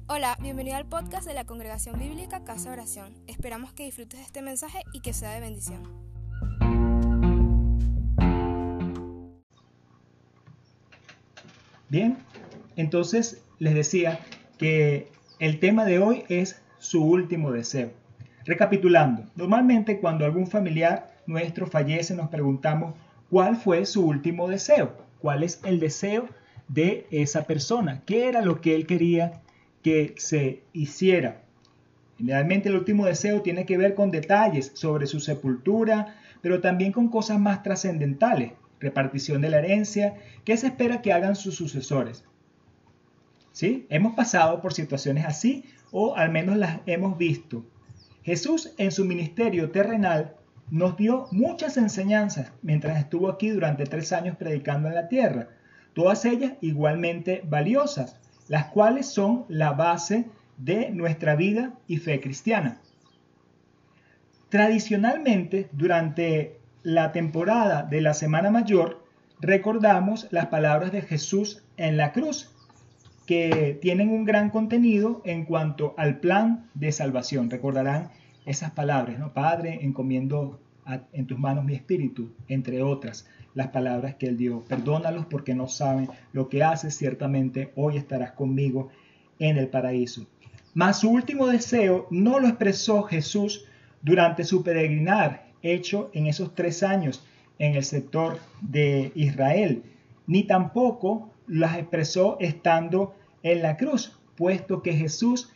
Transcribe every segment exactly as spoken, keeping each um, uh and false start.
Hola, bienvenido al podcast de la Congregación Bíblica Casa de Oración. Esperamos que disfrutes de este mensaje y que sea de bendición. Bien, entonces les decía que el tema de hoy es su último deseo. Recapitulando, normalmente cuando algún familiar nuestro fallece nos preguntamos cuál fue su último deseo, cuál es el deseo de esa persona, qué era lo que él quería que se hiciera. Generalmente el último deseo tiene que ver con detalles sobre su sepultura, pero también con cosas más trascendentales, repartición de la herencia, qué se espera que hagan sus sucesores. ¿Sí? Hemos pasado por situaciones así, o al menos las hemos visto. Jesús en su ministerio terrenal nos dio muchas enseñanzas mientras estuvo aquí durante tres años predicando en la tierra, todas ellas igualmente valiosas, las cuales son la base de nuestra vida y fe cristiana. Tradicionalmente, durante la temporada de la Semana Mayor, recordamos las palabras de Jesús en la cruz, que tienen un gran contenido en cuanto al plan de salvación. Recordarán esas palabras, ¿no? Padre, encomiendo a, en tus manos mi espíritu, entre otras las palabras que él dio. Perdónalos porque no saben lo que haces, ciertamente hoy estarás conmigo en el paraíso. Mas su último deseo no lo expresó Jesús durante su peregrinar hecho en esos tres años en el sector de Israel, ni tampoco las expresó estando en la cruz, puesto que Jesús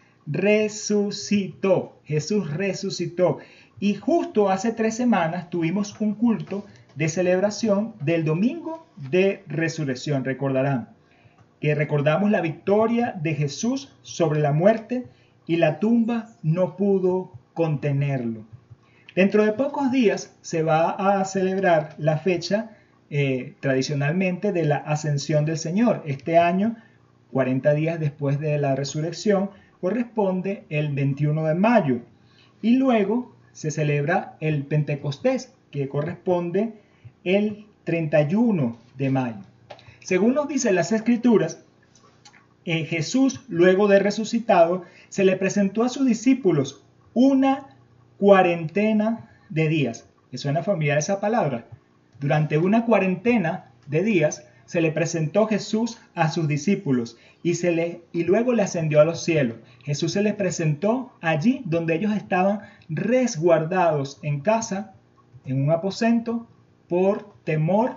resucitó. Jesús resucitó. Y justo hace tres semanas tuvimos un culto de celebración del domingo de resurrección. Recordarán que recordamos la victoria de Jesús sobre la muerte y la tumba no pudo contenerlo. Dentro de pocos días se va a celebrar la fecha eh, tradicionalmente de la ascensión del Señor. Este año, cuarenta días después de la resurrección, corresponde el veintiuno de mayo. Y luego se celebra el Pentecostés, que corresponde el treinta y uno de mayo. Según nos dicen las Escrituras, eh, Jesús, luego de resucitado, se le presentó a sus discípulos una cuarentena de días. ¿Le suena familiar esa palabra? Durante una cuarentena de días se le presentó Jesús a sus discípulos y, se le, y luego le ascendió a los cielos. Jesús se les presentó allí donde ellos estaban resguardados en casa, en un aposento, por temor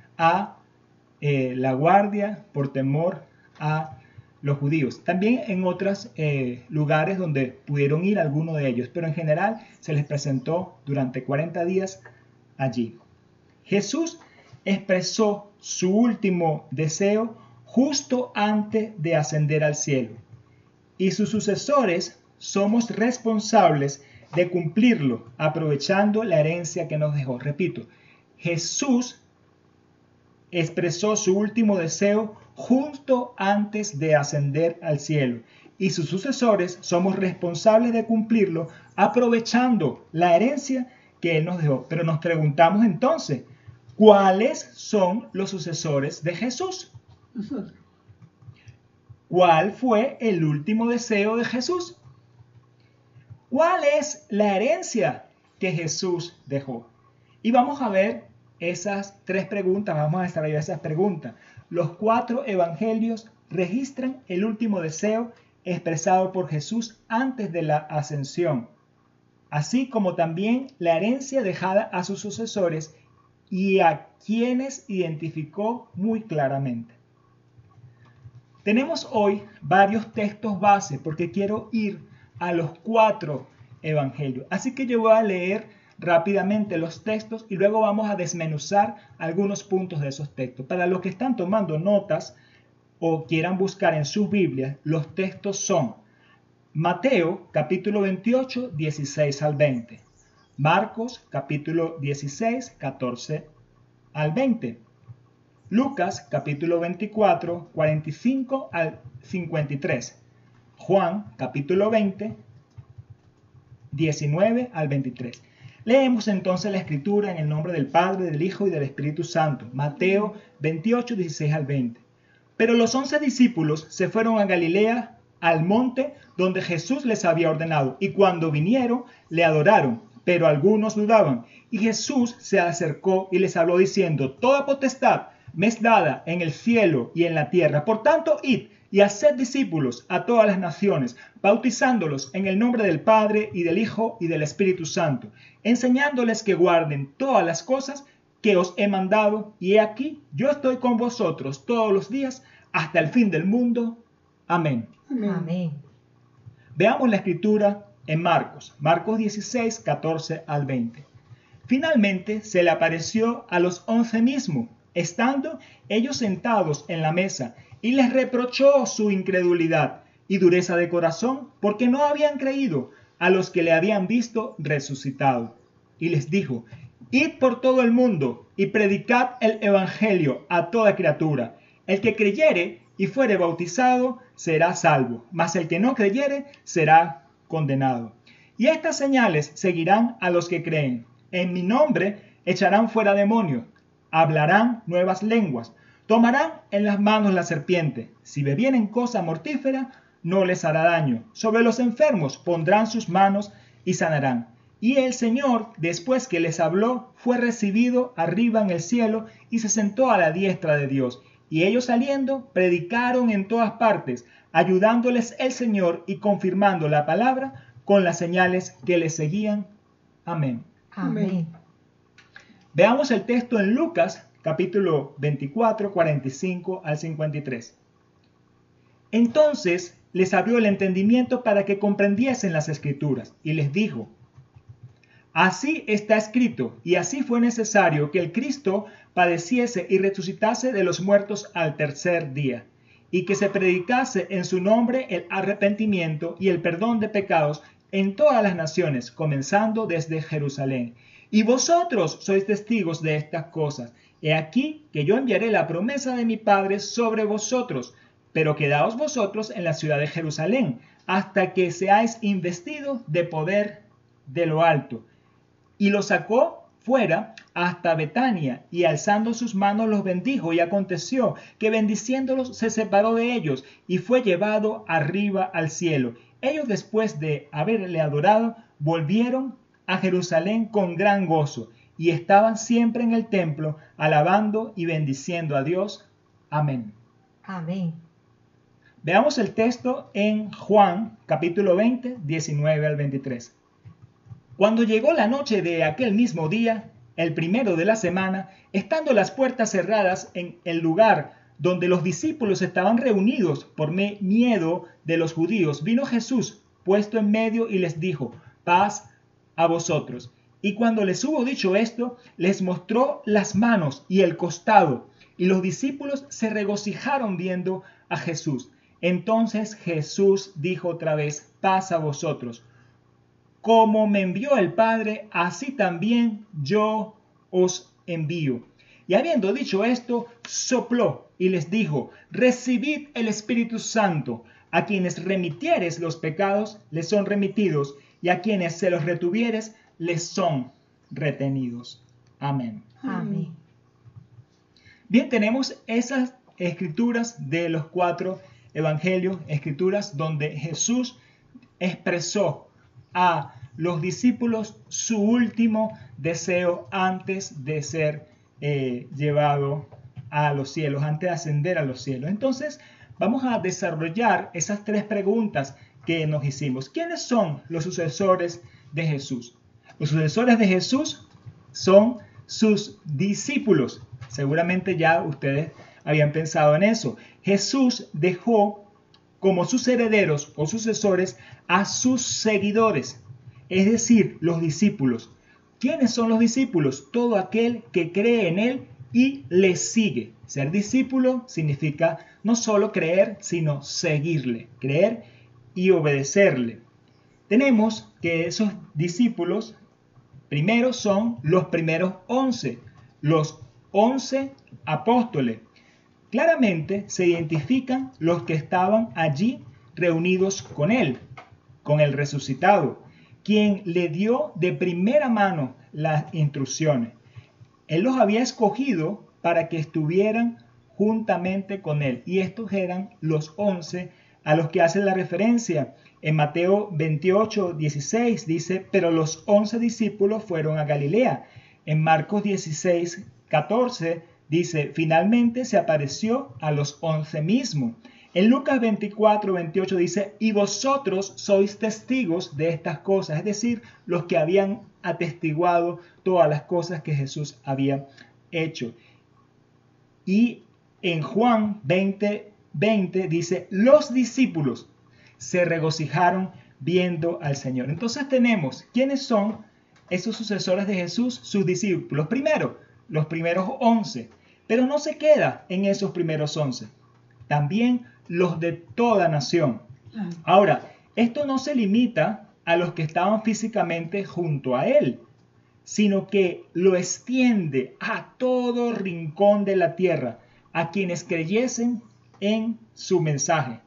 a eh, la guardia, por temor a los judíos. También en otros eh, lugares donde pudieron ir algunos de ellos, pero en general se les presentó durante cuarenta días allí. Jesús expresó su último deseo justo antes de ascender al cielo, y sus sucesores somos responsables de cumplirlo, aprovechando la herencia que nos dejó. Repito, Jesús expresó su último deseo justo antes de ascender al cielo, y sus sucesores somos responsables de cumplirlo, aprovechando la herencia que él nos dejó. Pero nos preguntamos entonces, ¿cuáles son los sucesores de Jesús? ¿Cuál fue el último deseo de Jesús? ¿Cuál es la herencia que Jesús dejó? Y vamos a ver esas tres preguntas, vamos a desarrollar esas preguntas. Los cuatro evangelios registran el último deseo expresado por Jesús antes de la ascensión, así como también la herencia dejada a sus sucesores y a quienes identificó muy claramente. Tenemos hoy varios textos base porque quiero ir a los cuatro evangelios. Así que yo voy a leer rápidamente los textos y luego vamos a desmenuzar algunos puntos de esos textos. Para los que están tomando notas o quieran buscar en sus Biblias, los textos son Mateo capítulo veintiocho, dieciséis al veinte. Marcos capítulo dieciséis, catorce al veinte. Lucas capítulo veinticuatro, cuarenta y cinco al cincuenta y tres. Juan capítulo veinte, diecinueve al veintitrés. Leemos entonces la escritura en el nombre del Padre, del Hijo y del Espíritu Santo. Mateo veintiocho, dieciséis al veinte. Pero los once discípulos se fueron a Galilea al monte donde Jesús les había ordenado, y cuando vinieron le adoraron, pero algunos dudaban. Y Jesús se acercó y les habló diciendo: toda potestad me es dada en el cielo y en la tierra. Por tanto, id y haced discípulos a todas las naciones, bautizándolos en el nombre del Padre y del Hijo y del Espíritu Santo, enseñándoles que guarden todas las cosas que os he mandado, y he aquí, yo estoy con vosotros todos los días hasta el fin del mundo. Amén. Amén. Amén. Veamos la escritura en Marcos, Marcos dieciséis, catorce al veinte. Finalmente se le apareció a los once mismos, estando ellos sentados en la mesa, y les reprochó su incredulidad y dureza de corazón, porque no habían creído a los que le habían visto resucitado. Y les dijo: id por todo el mundo y predicad el evangelio a toda criatura. El que creyere y fuere bautizado será salvo, mas el que no creyere será condenado. Y estas señales seguirán a los que creen. En mi nombre echarán fuera demonios, hablarán nuevas lenguas, tomarán en las manos la serpiente. Si bebieren cosa mortífera, no les hará daño. Sobre los enfermos pondrán sus manos y sanarán. Y el Señor, después que les habló, fue recibido arriba en el cielo y se sentó a la diestra de Dios. Y ellos saliendo, predicaron en todas partes, ayudándoles el Señor y confirmando la palabra con las señales que les seguían. Amén. Amén. Veamos el texto en Lucas, capítulo veinticuatro, cuarenta y cinco al cincuenta y tres. Entonces les abrió el entendimiento para que comprendiesen las Escrituras, y les dijo: así está escrito, y así fue necesario que el Cristo padeciese y resucitase de los muertos al tercer día, y que se predicase en su nombre el arrepentimiento y el perdón de pecados en todas las naciones, comenzando desde Jerusalén. Y vosotros sois testigos de estas cosas. He aquí que yo enviaré la promesa de mi Padre sobre vosotros, pero quedaos vosotros en la ciudad de Jerusalén, hasta que seáis investidos de poder de lo alto. Y los sacó fuera hasta Betania, y alzando sus manos los bendijo, y aconteció que bendiciéndolos se separó de ellos, y fue llevado arriba al cielo. Ellos, después de haberle adorado, volvieron a Jerusalén con gran gozo, y estaban siempre en el templo, alabando y bendiciendo a Dios. Amén. Amén. Veamos el texto en Juan, capítulo veinte, diecinueve al veintitrés. Cuando llegó la noche de aquel mismo día, el primero de la semana, estando las puertas cerradas en el lugar donde los discípulos estaban reunidos por miedo de los judíos, vino Jesús puesto en medio y les dijo: paz a vosotros. Y cuando les hubo dicho esto, les mostró las manos y el costado, y los discípulos se regocijaron viendo a Jesús. Entonces Jesús dijo otra vez: paz a vosotros. Como me envió el Padre, así también yo os envío. Y habiendo dicho esto, sopló y les dijo: recibid el Espíritu Santo. A quienes remitieres los pecados, les son remitidos, y a quienes se los retuvieres, les son retenidos. Amén. Amén. Bien, tenemos esas escrituras de los cuatro evangelios, escrituras donde Jesús expresó a los discípulos su último deseo antes de ser eh, llevado a los cielos, antes de ascender a los cielos. Entonces, vamos a desarrollar esas tres preguntas que nos hicimos. ¿Quiénes son los sucesores de Jesús? Los sucesores de Jesús son sus discípulos. Seguramente ya ustedes habían pensado en eso. Jesús dejó como sus herederos o sucesores a sus seguidores, es decir, los discípulos. ¿Quiénes son los discípulos? Todo aquel que cree en Él y le sigue. Ser discípulo significa no solo creer, sino seguirle, creer y obedecerle. Tenemos que esos discípulos primero son los primeros once, los once apóstoles. Claramente se identifican los que estaban allí reunidos con Él, con el resucitado, quien le dio de primera mano las instrucciones. Él los había escogido para que estuvieran juntamente con Él, y estos eran los once a los que hace la referencia. En Mateo veintiocho, dieciséis dice, pero los once discípulos fueron a Galilea. En Marcos dieciséis, catorce dice, finalmente se apareció a los once mismos. En Lucas veinticuatro, veintiocho dice, y vosotros sois testigos de estas cosas, es decir, los que habían atestiguado todas las cosas que Jesús había hecho. Y en Juan veinte, veinte dice, los discípulos se regocijaron viendo al Señor. Entonces tenemos, ¿quiénes son esos sucesores de Jesús? Sus discípulos. Primero, los primeros once, pero no se queda en esos primeros once. También los de toda nación. Ahora, esto no se limita a los que estaban físicamente junto a él, sino que lo extiende a todo rincón de la tierra, a quienes creyesen en su mensaje.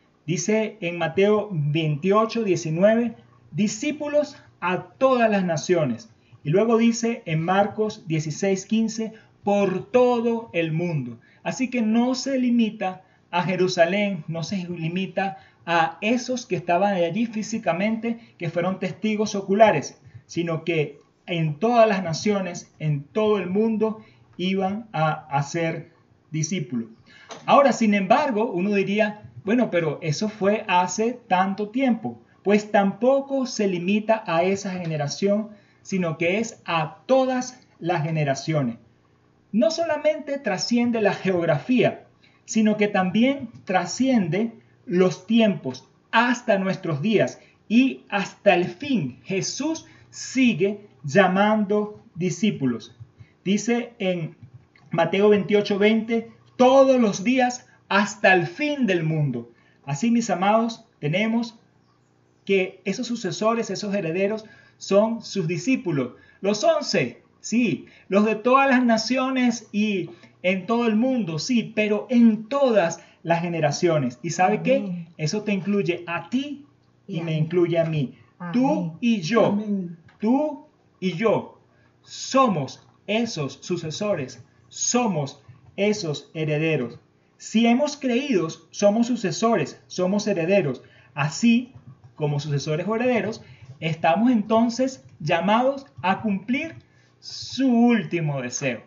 Dice en Mateo veintiocho, diecinueve, discípulos a todas las naciones. Y luego dice en Marcos dieciséis, quince, por todo el mundo. Así que no se limita a Jerusalén, no se limita a esos que estaban allí físicamente, que fueron testigos oculares, sino que en todas las naciones, en todo el mundo, iban a hacer discípulos. Ahora, sin embargo, uno diría, bueno, pero eso fue hace tanto tiempo. Pues tampoco se limita a esa generación, sino que es a todas las generaciones. No solamente trasciende la geografía, sino que también trasciende los tiempos hasta nuestros días y hasta el fin. Jesús sigue llamando discípulos. Dice en Mateo veintiocho, veinte, todos los días hasta el fin del mundo. Así, mis amados, tenemos que esos sucesores, esos herederos, son sus discípulos. Los once, sí, los de todas las naciones y en todo el mundo, sí, pero en todas las generaciones. ¿Y sabe qué? Eso te incluye a ti y me incluye a mí. Tú y yo, tú y yo somos esos sucesores, somos esos herederos. Si hemos creído, somos sucesores, somos herederos. Así como sucesores o herederos, estamos entonces llamados a cumplir su último deseo.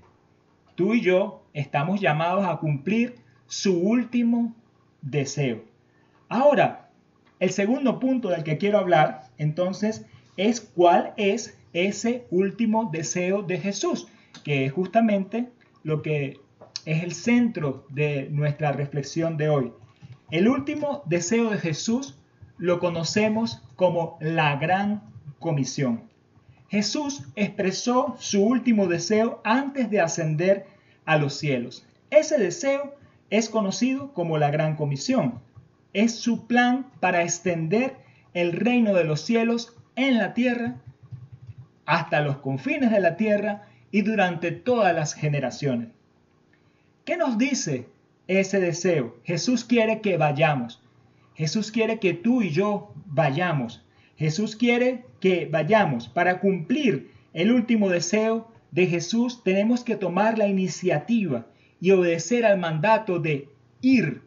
Tú y yo estamos llamados a cumplir su último deseo. Ahora, el segundo punto del que quiero hablar, entonces, es cuál es ese último deseo de Jesús, que es justamente lo que es el centro de nuestra reflexión de hoy. El último deseo de Jesús lo conocemos como la Gran Comisión. Jesús expresó su último deseo antes de ascender a los cielos. Ese deseo es conocido como la Gran Comisión. Es su plan para extender el reino de los cielos en la tierra hasta los confines de la tierra y durante todas las generaciones. ¿Qué nos dice ese deseo? Jesús quiere que vayamos. Jesús quiere que tú y yo vayamos. Jesús quiere que vayamos. Para cumplir el último deseo de Jesús tenemos que tomar la iniciativa y obedecer al mandato de ir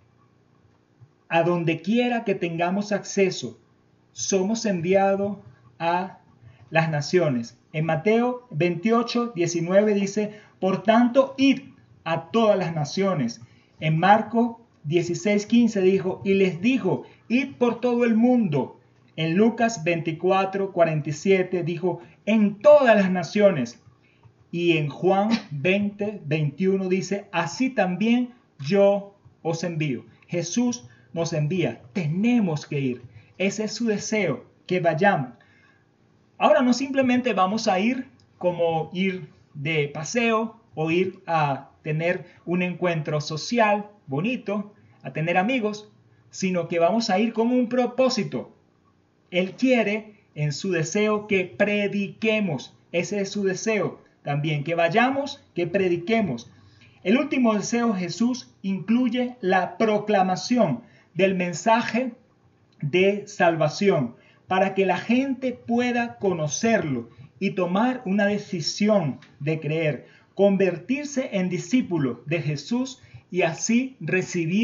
a donde quiera que tengamos acceso. Somos enviados a las naciones. En Mateo veintiocho, diecinueve dice, por tanto, id a todas las naciones. En Marcos dieciséis, quince dijo, y les dijo, id por todo el mundo. En Lucas veinticuatro, cuarenta y siete dijo, en todas las naciones. Y en Juan veinte, veintiuno dice, así también yo os envío. Jesús nos envía, tenemos que ir. Ese es su deseo, que vayamos. Ahora no simplemente vamos a ir como ir de paseo o ir a tener un encuentro social bonito, a tener amigos, sino que vamos a ir con un propósito. Él quiere en su deseo que prediquemos. Ese es su deseo también, que vayamos, que prediquemos. El último deseo de Jesús incluye la proclamación del mensaje de salvación para que la gente pueda conocerlo y tomar una decisión de creer, convertirse en discípulo de Jesús y así recibir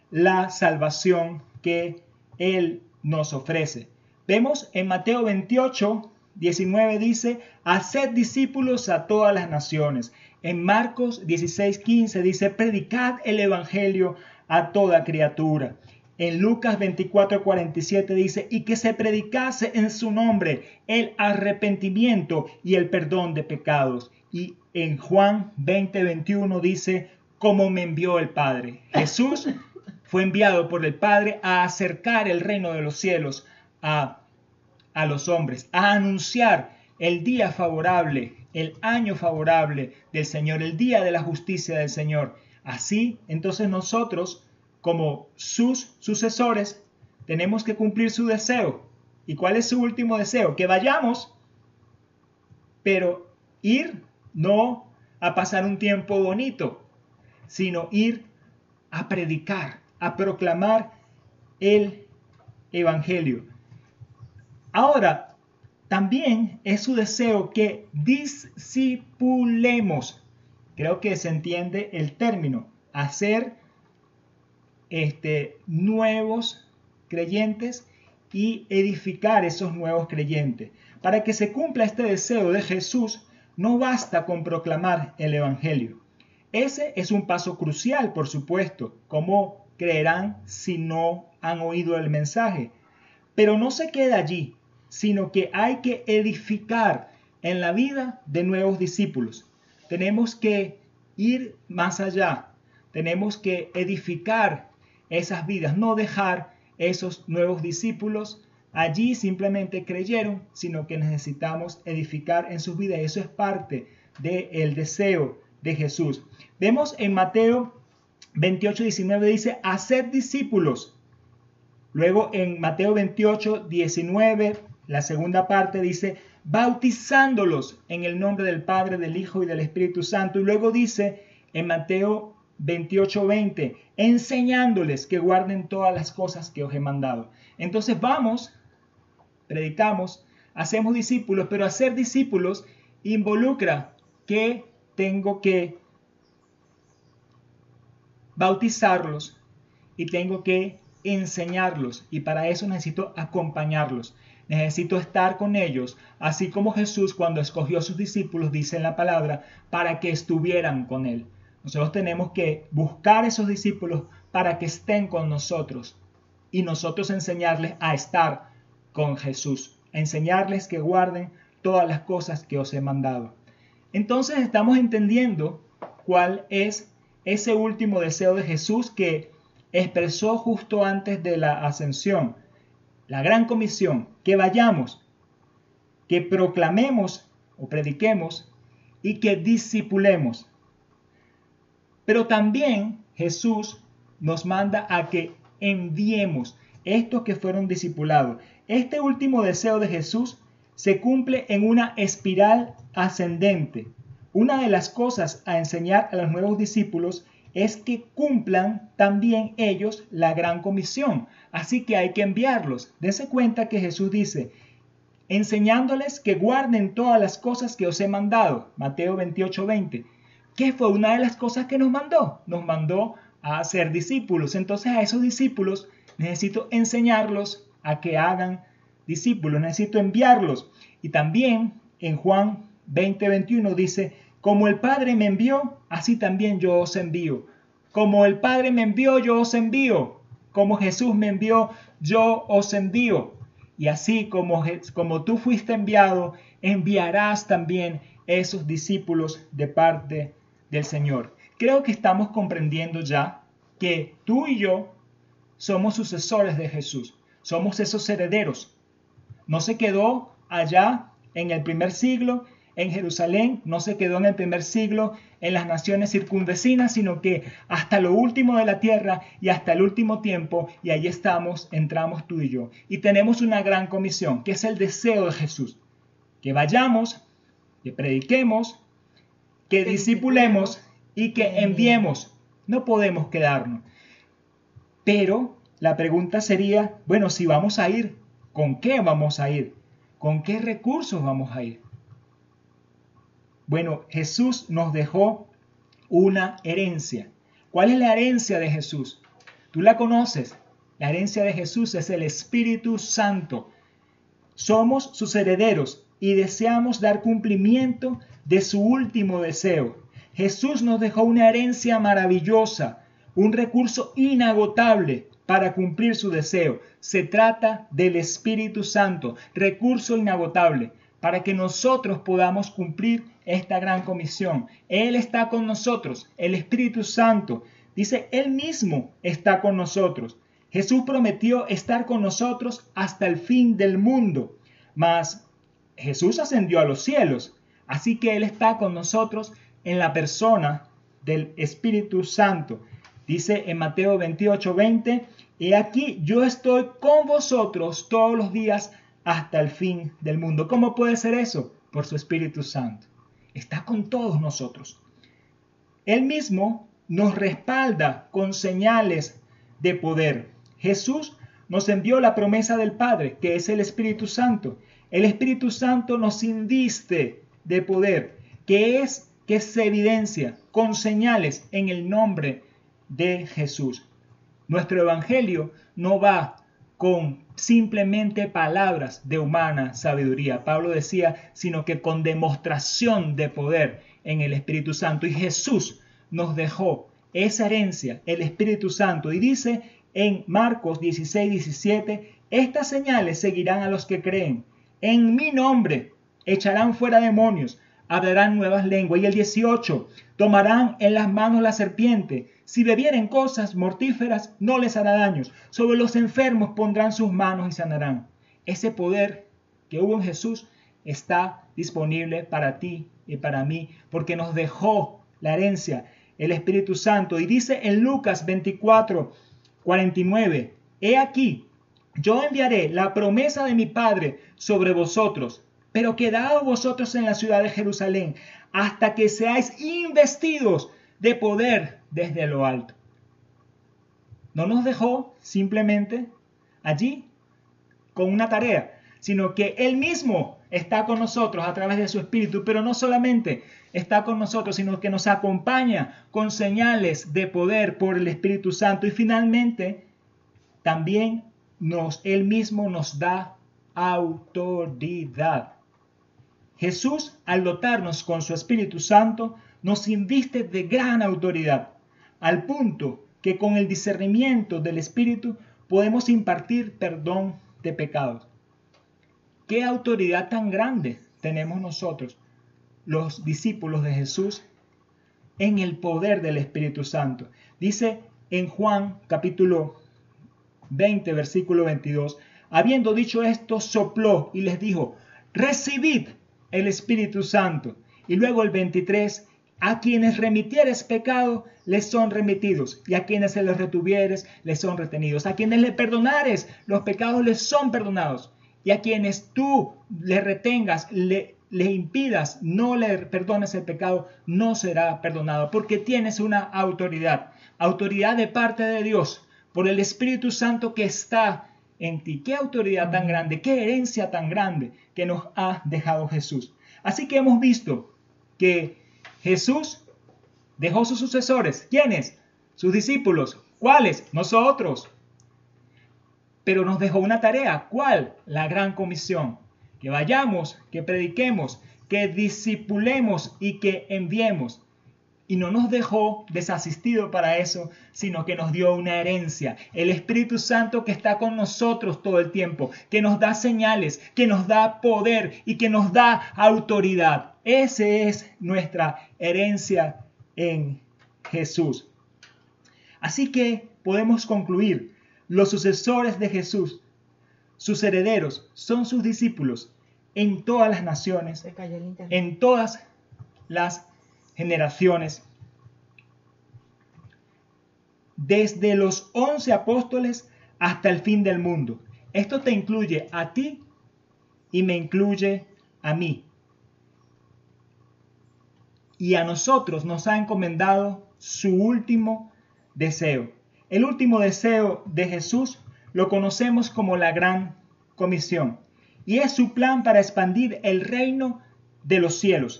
la salvación que Él nos ofrece. Vemos en Mateo veintiocho, diecinueve dice, haced discípulos a todas las naciones. En Marcos dieciséis, quince dice, predicad el evangelio a toda criatura. En Lucas veinticuatro, cuarenta y siete dice, y que se predicase en su nombre el arrepentimiento y el perdón de pecados. Y en Juan veinte, veintiuno dice, como me envió el Padre. Jesús fue enviado por el Padre a acercar el reino de los cielos a, a los hombres, a anunciar el día favorable, el año favorable del Señor, el día de la justicia del Señor. Así, entonces nosotros, como sus sucesores, tenemos que cumplir su deseo. ¿Y cuál es su último deseo? Que vayamos, pero ir no a pasar un tiempo bonito, sino ir a predicar, a proclamar el evangelio. Ahora, también es su deseo que discipulemos. Creo que se entiende el término, hacer Este, nuevos creyentes y edificar esos nuevos creyentes. Para que se cumpla este deseo de Jesús, no basta con proclamar el evangelio. Ese es un paso crucial, por supuesto. ¿Cómo creerán si no han oído el mensaje? Pero no se queda allí, sino que hay que edificar en la vida de nuevos discípulos. Tenemos que ir más allá. Tenemos que edificar esas vidas, no dejar esos nuevos discípulos allí simplemente creyeron, sino que necesitamos edificar en sus vidas. Eso es parte del deseo de Jesús. Vemos en Mateo veintiocho, diecinueve dice, haced discípulos. Luego en Mateo veintiocho, diecinueve, la segunda parte dice, bautizándolos en el nombre del Padre, del Hijo y del Espíritu Santo. Y luego dice en Mateo veintiocho, veinte, enseñándoles que guarden todas las cosas que os he mandado. Entonces vamos, predicamos, hacemos discípulos, pero hacer discípulos involucra que tengo que bautizarlos y tengo que enseñarlos, y para eso necesito acompañarlos. Necesito estar con ellos, así como Jesús cuando escogió a sus discípulos, dice en la palabra, para que estuvieran con él. Nosotros tenemos que buscar esos discípulos para que estén con nosotros y nosotros enseñarles a estar con Jesús, enseñarles que guarden todas las cosas que os he mandado. Entonces estamos entendiendo cuál es ese último deseo de Jesús que expresó justo antes de la ascensión. La gran comisión, que vayamos, que proclamemos o prediquemos y que discipulemos. Pero también Jesús nos manda a que enviemos estos que fueron discipulados. Este último deseo de Jesús se cumple en una espiral ascendente. Una de las cosas a enseñar a los nuevos discípulos es que cumplan también ellos la gran comisión. Así que hay que enviarlos. Dense cuenta que Jesús dice, enseñándoles que guarden todas las cosas que os he mandado. Mateo veintiocho, veinte. ¿Qué fue una de las cosas que nos mandó? Nos mandó a ser discípulos. Entonces a esos discípulos necesito enseñarlos a que hagan discípulos. Necesito enviarlos. Y también en Juan veinte, veintiuno dice, como el Padre me envió, así también yo os envío. Como el Padre me envió, yo os envío. Como Jesús me envió, yo os envío. Y así como, como tú fuiste enviado, enviarás también esos discípulos de parte del Señor. Creo que estamos comprendiendo ya que tú y yo somos sucesores de Jesús. Somos esos herederos. No se quedó allá en el primer siglo en Jerusalén, no se quedó en el primer siglo en las naciones circunvecinas, sino que hasta lo último de la tierra y hasta el último tiempo, y ahí estamos, entramos tú y yo. Y tenemos una gran comisión, que es el deseo de Jesús. Que vayamos, que prediquemos, que discipulemos y que enviemos. No podemos quedarnos. Pero la pregunta sería, bueno, si vamos a ir, ¿con qué vamos a ir? ¿Con qué recursos vamos a ir? Bueno, Jesús nos dejó una herencia. ¿Cuál es la herencia de Jesús? Tú la conoces. La herencia de Jesús es el Espíritu Santo. Somos sus herederos y deseamos dar cumplimiento de su último deseo. Jesús nos dejó una herencia maravillosa, un recurso inagotable para cumplir su deseo. Se trata del Espíritu Santo, recurso inagotable, para que nosotros podamos cumplir esta gran comisión. Él está con nosotros, el Espíritu Santo. Dice, Él mismo está con nosotros. Jesús prometió estar con nosotros hasta el fin del mundo. Mas Jesús ascendió a los cielos, así que Él está con nosotros en la persona del Espíritu Santo. Dice en Mateo veintiocho, veinte, he aquí yo estoy con vosotros todos los días hasta el fin del mundo. ¿Cómo puede ser eso? Por su Espíritu Santo. Está con todos nosotros. Él mismo nos respalda con señales de poder. Jesús nos envió la promesa del Padre, que es el Espíritu Santo. El Espíritu Santo nos inviste de poder, que es que se evidencia con señales en el nombre de Jesús. Nuestro evangelio no va con simplemente palabras de humana sabiduría. Pablo decía, sino que con demostración de poder en el Espíritu Santo. Y Jesús nos dejó esa herencia, el Espíritu Santo. Y dice en Marcos dieciséis, diecisiete, estas señales seguirán a los que creen. En mi nombre echarán fuera demonios, hablarán nuevas lenguas. Y el dieciocho, tomarán en las manos la serpiente. Si bebieren cosas mortíferas, no les hará daños. Sobre los enfermos pondrán sus manos y sanarán. Ese poder que hubo en Jesús está disponible para ti y para mí, porque nos dejó la herencia, el Espíritu Santo. Y dice en Lucas veinticuatro, cuarenta y nueve, he aquí, yo enviaré la promesa de mi Padre sobre vosotros, pero quedaos vosotros en la ciudad de Jerusalén, hasta que seáis investidos de poder desde lo alto. No nos dejó simplemente allí con una tarea, sino que Él mismo está con nosotros a través de su Espíritu, pero no solamente está con nosotros, sino que nos acompaña con señales de poder por el Espíritu Santo. Y finalmente, también nos, Él mismo nos da autoridad. Jesús, al dotarnos con su Espíritu Santo, nos inviste de gran autoridad, al punto que con el discernimiento del Espíritu podemos impartir perdón de pecados. ¿Qué autoridad tan grande tenemos nosotros, los discípulos de Jesús, en el poder del Espíritu Santo? Dice en Juan capítulo veinte, versículo veintidós, habiendo dicho esto, sopló y les dijo, recibid el Espíritu Santo. Y luego el veintitrés, a quienes remitieres pecado, les son remitidos, y a quienes se les retuvieres, les son retenidos. A quienes le perdonares, los pecados les son perdonados, y a quienes tú le retengas, le, le impidas, no le perdones el pecado, no será perdonado, porque tienes una autoridad, autoridad de parte de Dios, por el Espíritu Santo que está en ti. Qué autoridad tan grande, qué herencia tan grande que nos ha dejado Jesús. Así que hemos visto que Jesús dejó sus sucesores. ¿Quiénes? Sus discípulos. ¿Cuáles? Nosotros. Pero nos dejó una tarea. ¿Cuál? La gran comisión. Que vayamos, que prediquemos, que discipulemos y que enviemos. Y no nos dejó desasistido para eso, sino que nos dio una herencia. El Espíritu Santo que está con nosotros todo el tiempo, que nos da señales, que nos da poder y que nos da autoridad. Esa es nuestra herencia en Jesús. Así que podemos concluir, los sucesores de Jesús, sus herederos, son sus discípulos en todas las naciones, en todas las generaciones, desde los once apóstoles hasta el fin del mundo. Esto te incluye a ti y me incluye a mí. Y a nosotros nos ha encomendado su último deseo. El último deseo de Jesús lo conocemos como la Gran Comisión, y es su plan para expandir el reino de los cielos.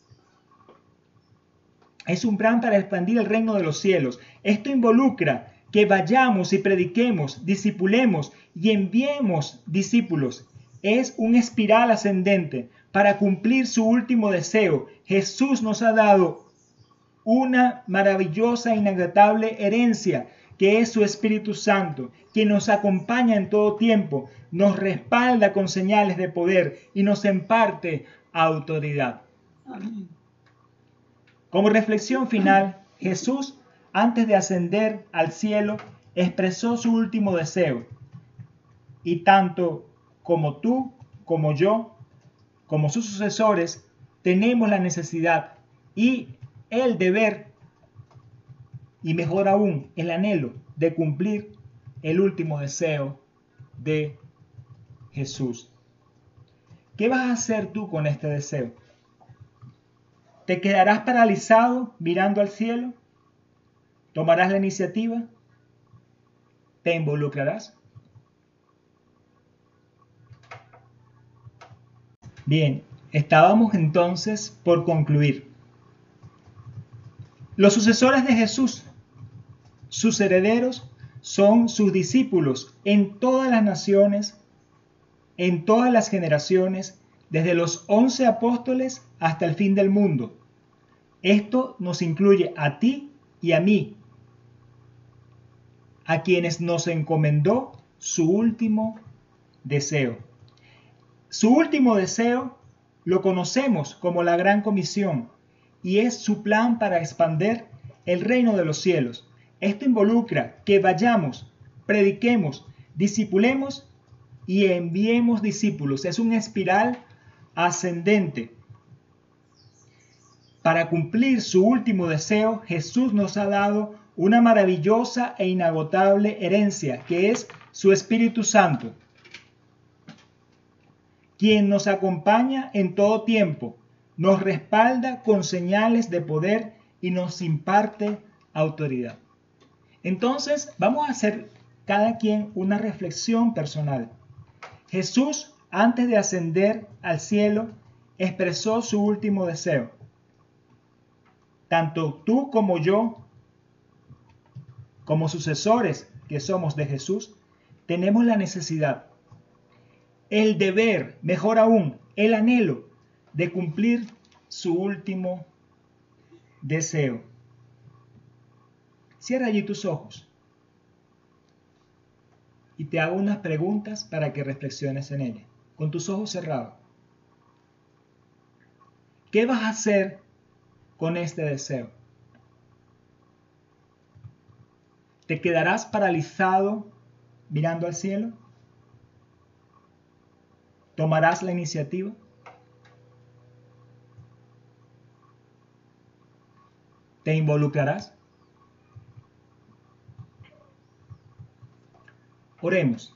Es un plan para expandir el reino de los cielos. Esto involucra que vayamos y prediquemos, discipulemos y enviemos discípulos. Es un espiral ascendente para cumplir su último deseo. Jesús nos ha dado una maravillosa e inagotable herencia, que es su Espíritu Santo, quien nos acompaña en todo tiempo, nos respalda con señales de poder y nos imparte autoridad. Amén. Como reflexión final, Jesús, antes de ascender al cielo, expresó su último deseo. Y tanto como tú, como yo, como sus sucesores, tenemos la necesidad y el deber, y mejor aún, el anhelo de cumplir el último deseo de Jesús. ¿Qué vas a hacer tú con este deseo? ¿Te quedarás paralizado mirando al cielo? ¿Tomarás la iniciativa? ¿Te involucrarás? Bien, estábamos entonces por concluir. Los sucesores de Jesús, sus herederos, son sus discípulos en todas las naciones, en todas las generaciones, desde los once apóstoles hasta el fin del mundo. Esto nos incluye a ti y a mí, a quienes nos encomendó su último deseo. Su último deseo lo conocemos como la Gran Comisión y es su plan para expandir el reino de los cielos. Esto involucra que vayamos, prediquemos, discipulemos y enviemos discípulos. Es una espiral ascendente. Para cumplir su último deseo, Jesús nos ha dado una maravillosa e inagotable herencia, que es su Espíritu Santo, quien nos acompaña en todo tiempo, nos respalda con señales de poder y nos imparte autoridad. Entonces, vamos a hacer cada quien una reflexión personal. Jesús, antes de ascender al cielo, expresó su último deseo. Tanto tú como yo, como sucesores que somos de Jesús, tenemos la necesidad, el deber, mejor aún, el anhelo de cumplir su último deseo. Cierra allí tus ojos y te hago unas preguntas para que reflexiones en ellas, con tus ojos cerrados. ¿Qué vas a hacer con este deseo? ¿Te quedarás paralizado mirando al cielo? ¿Tomarás la iniciativa? ¿Te involucrarás? Oremos.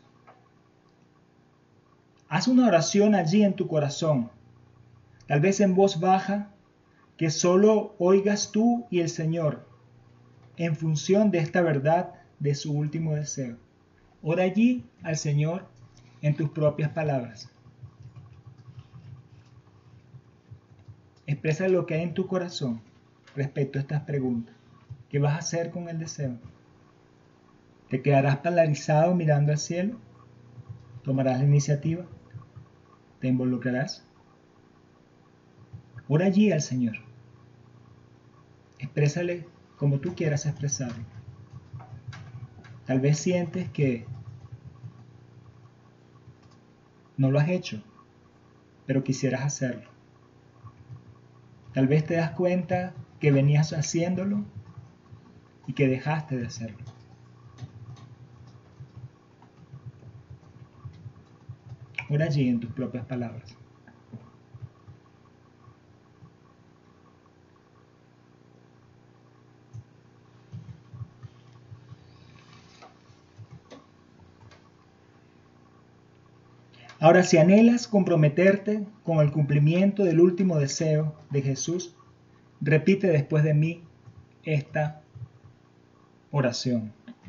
Haz una oración allí en tu corazón, tal vez en voz baja, que solo oigas tú y el Señor, en función de esta verdad de su último deseo. Ora allí al Señor en tus propias palabras. Expresa lo que hay en tu corazón respecto a estas preguntas. ¿Qué vas a hacer con el deseo? ¿Te quedarás paralizado mirando al cielo? ¿Tomarás la iniciativa? ¿Te involucrarás? Ora allí al Señor. Exprésale como tú quieras expresarlo. Tal vez sientes que no lo has hecho, pero quisieras hacerlo. Tal vez te das cuenta que venías haciéndolo y que dejaste de hacerlo. Ora allí en tus propias palabras. Ahora, si anhelas comprometerte con el cumplimiento del último deseo de Jesús, repite después de mí esta oración.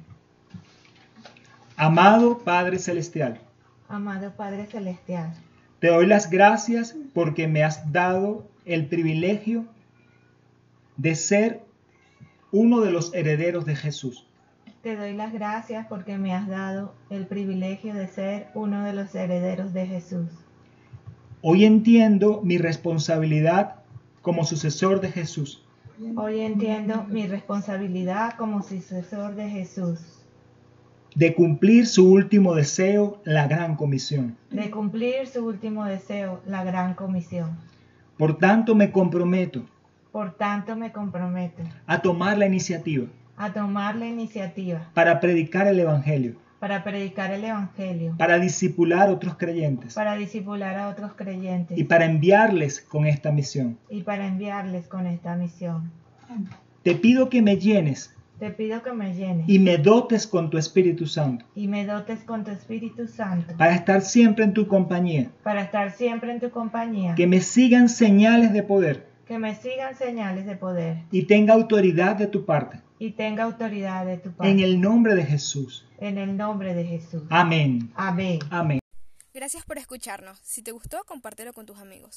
Amado Padre Celestial, Amado Padre Celestial, te doy las gracias porque me has dado el privilegio de ser uno de los herederos de Jesús. Te doy las gracias porque me has dado el privilegio de ser uno de los herederos de Jesús. Hoy entiendo mi responsabilidad como sucesor de Jesús. Hoy entiendo mi responsabilidad como sucesor de Jesús, De cumplir su último deseo, la gran comisión. de cumplir su último deseo, la gran comisión. Por tanto, me comprometo Por tanto, me comprometo a tomar la iniciativa a tomar la iniciativa para predicar el Evangelio, para predicar el Evangelio, para discipular a otros creyentes para discipular a otros creyentes y para enviarles con esta misión. y para enviarles con esta misión. Te pido que me llenes Te pido que me llenes y me dotes con tu Espíritu Santo y me dotes con tu Espíritu Santo para estar siempre en tu compañía, para estar siempre en tu compañía, que me sigan señales de poder que me sigan señales de poder y tenga autoridad de tu parte. y tenga autoridad de tu parte. En el nombre de Jesús. En el nombre de Jesús. Amén. Amén. Amén. Gracias por escucharnos. Si te gustó, compártelo con tus amigos.